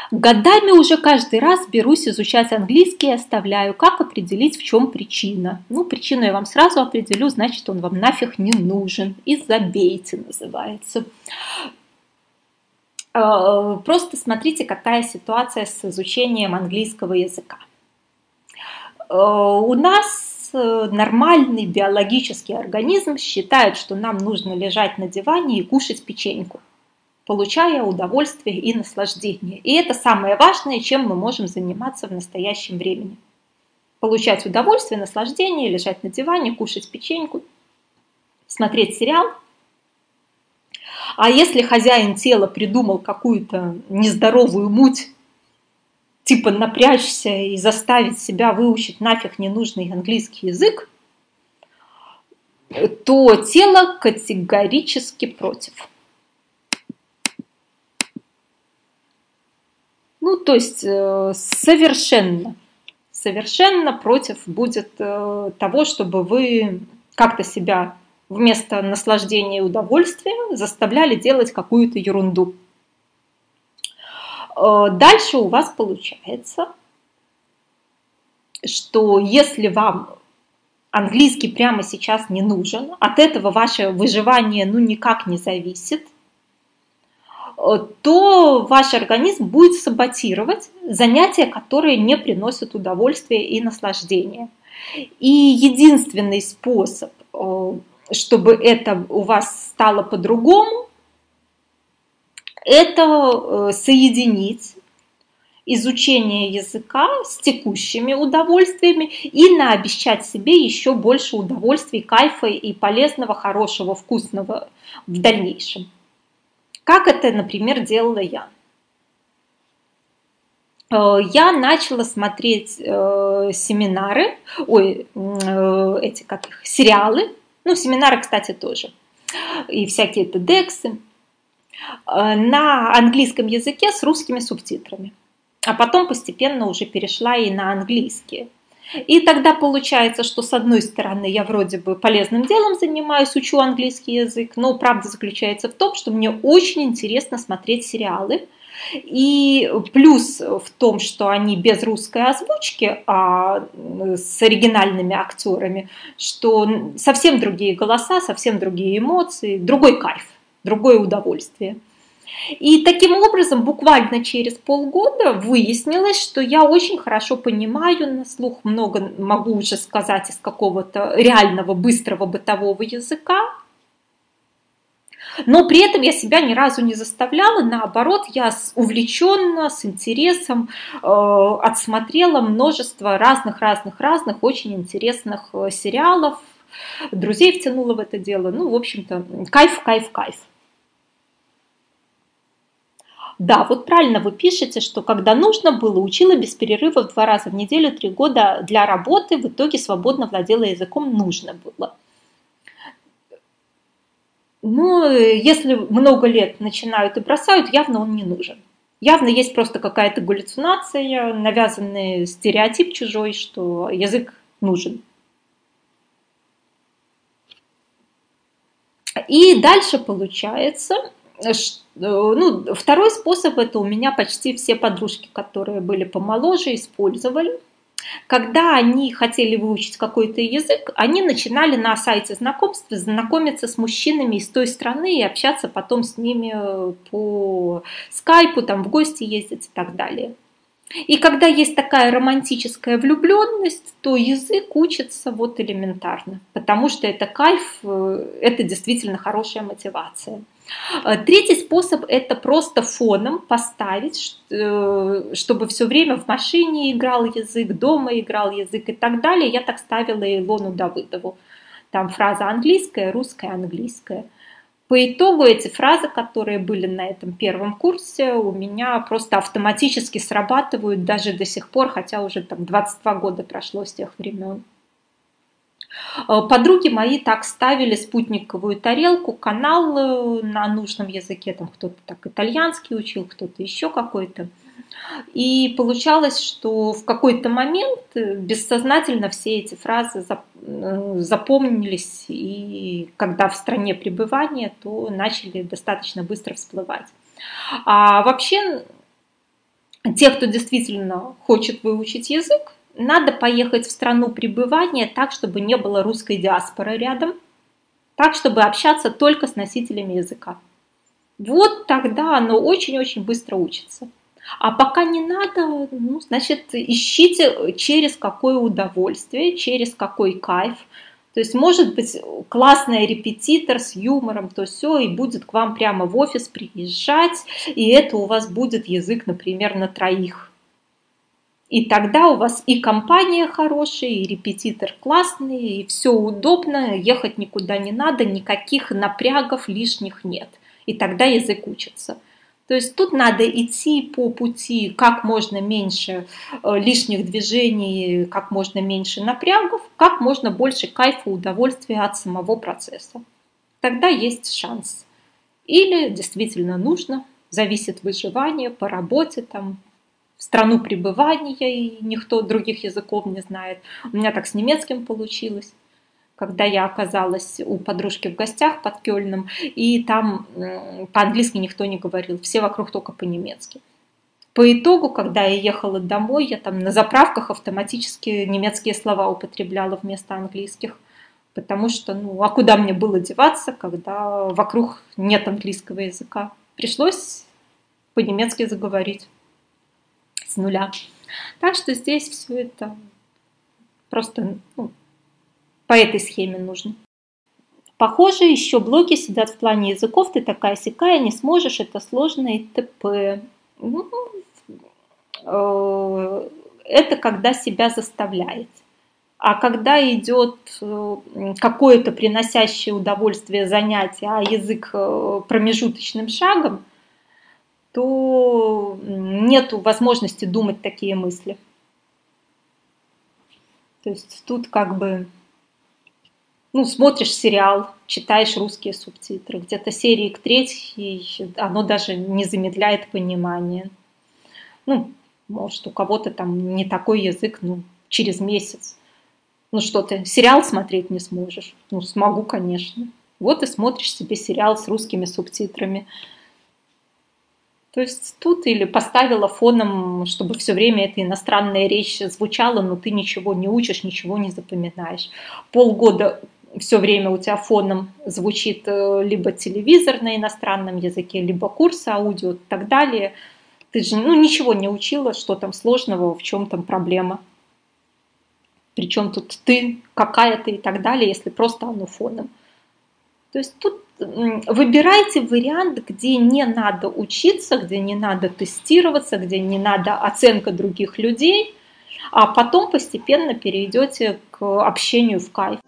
Годами уже каждый раз берусь изучать английский и оставляю, как определить, в чем причина. Ну, причину я вам сразу определю, значит, он вам нафиг не нужен. И забейте, называется. Просто смотрите, какая ситуация с изучением английского языка. У нас нормальный биологический организм считает, что нам нужно лежать на диване и кушать печеньку, получая удовольствие и наслаждение. И это самое важное, чем мы можем заниматься в настоящем времени. Получать удовольствие, наслаждение, лежать на диване, кушать печеньку, смотреть сериал. А если хозяин тела придумал какую-то нездоровую муть, типа напрячься и заставить себя выучить нафиг ненужный английский язык, то тело категорически против. Ну, то есть совершенно против будет того, чтобы вы как-то себя вместо наслаждения и удовольствия заставляли делать какую-то ерунду. Дальше у вас получается, что если вам английский прямо сейчас не нужен, от этого ваше выживание никак не зависит, то ваш организм будет саботировать занятия, которые не приносят удовольствия и наслаждения. И единственный способ, чтобы это у вас стало по-другому, это соединить изучение языка с текущими удовольствиями и наобещать себе еще больше удовольствий, кайфа и полезного, хорошего, вкусного в дальнейшем. Как это, например, делала я? Я начала смотреть семинары, сериалы, семинары, кстати, тоже, и всякие TEDx на английском языке с русскими субтитрами. А потом постепенно уже перешла и на английский. И тогда получается, что с одной стороны я вроде бы полезным делом занимаюсь, учу английский язык, но правда заключается в том, что мне очень интересно смотреть сериалы. И плюс в том, что они без русской озвучки, а с оригинальными актерами, что совсем другие голоса, совсем другие эмоции, другой кайф, другое удовольствие. И таким образом, буквально через полгода выяснилось, что я очень хорошо понимаю на слух, много могу уже сказать из какого-то реального, быстрого бытового языка, но при этом я себя ни разу не заставляла, наоборот, я увлеченно, с интересом отсмотрела множество разных очень интересных сериалов, друзей втянула в это дело, в общем-то, кайф. Да, вот правильно вы пишете, что когда нужно было, учила без перерыва 2 раза в неделю 3 года для работы, в итоге свободно владела языком, нужно было. Если много лет начинают и бросают, явно он не нужен. Явно есть просто какая-то галлюцинация, навязанный стереотип чужой, что язык нужен. И дальше получается, второй способ, это у меня почти все подружки, которые были помоложе, использовали. Когда они хотели выучить какой-то язык, они начинали на сайте знакомств знакомиться с мужчинами из той страны и общаться потом с ними по скайпу, там в гости ездить и так далее. И когда есть такая романтическая влюбленность, то язык учится вот элементарно, потому что это кайф, это действительно хорошая мотивация. Третий способ – это просто фоном поставить, чтобы все время в машине играл язык, дома играл язык и так далее. Я так ставила Илону Давыдову. Там фраза английская, русская, английская. По итогу эти фразы, которые были на этом первом курсе, у меня просто автоматически срабатывают даже до сих пор, хотя уже 22 года прошло с тех времен. Подруги мои так ставили спутниковую тарелку, канал на нужном языке, там кто-то так итальянский учил, кто-то еще какой-то. И получалось, что в какой-то момент бессознательно все эти фразы запомнились, и когда в стране пребывания, то начали достаточно быстро всплывать. А вообще те, кто действительно хочет выучить язык, надо поехать в страну пребывания так, чтобы не было русской диаспоры рядом, так, чтобы общаться только с носителями языка. Вот тогда оно очень-очень быстро учится. А пока не надо, ну, значит, ищите через какое удовольствие, через какой кайф. То есть, может быть, классный репетитор с юмором, то все, и будет к вам прямо в офис приезжать, и это у вас будет язык, например, на троих. И тогда у вас и компания хорошая, и репетитор классный, и все удобно, ехать никуда не надо, никаких напрягов лишних нет. И тогда язык учится. То есть тут надо идти по пути как можно меньше лишних движений, как можно меньше напрягов, как можно больше кайфа, удовольствия от самого процесса. Тогда есть шанс. Или действительно нужно, зависит выживание по работе, там, в страну пребывания, и никто других языков не знает. У меня так с немецким получилось, когда я оказалась у подружки в гостях под Кёльном, и там по-английски никто не говорил, все вокруг только по-немецки. По итогу, когда я ехала домой, я там на заправках автоматически немецкие слова употребляла вместо английских, потому что, ну, а куда мне было деваться, когда вокруг нет английского языка? Пришлось по-немецки заговорить с нуля. Так что здесь все это просто, ну, по этой схеме нужно. Похоже, еще блоки сидят в плане языков, ты такая-сякая, не сможешь, это сложно и т.п. Ну, это когда себя заставляет. А когда идет какое-то приносящее удовольствие занятие, а язык промежуточным шагом, то нет возможности думать такие мысли. То есть тут как бы, ну, смотришь сериал, читаешь русские субтитры, где-то серии к третьей, оно даже не замедляет понимание. Ну, может, у кого-то там не такой язык, ну, через месяц. Ну что ты, сериал смотреть не сможешь? Ну, смогу, конечно. Вот и смотришь себе сериал с русскими субтитрами. То есть тут или поставила фоном, чтобы все время эта иностранная речь звучала, но ты ничего не учишь, ничего не запоминаешь. Полгода все время у тебя фоном звучит либо телевизор на иностранном языке, либо курсы аудио и так далее. Ты же ничего не учила, что там сложного, в чем там проблема. Причем тут ты, какая ты и так далее, если просто оно фоном. То есть тут выбирайте вариант, где не надо учиться, где не надо тестироваться, где не надо оценка других людей, а потом постепенно перейдете к общению в кайф.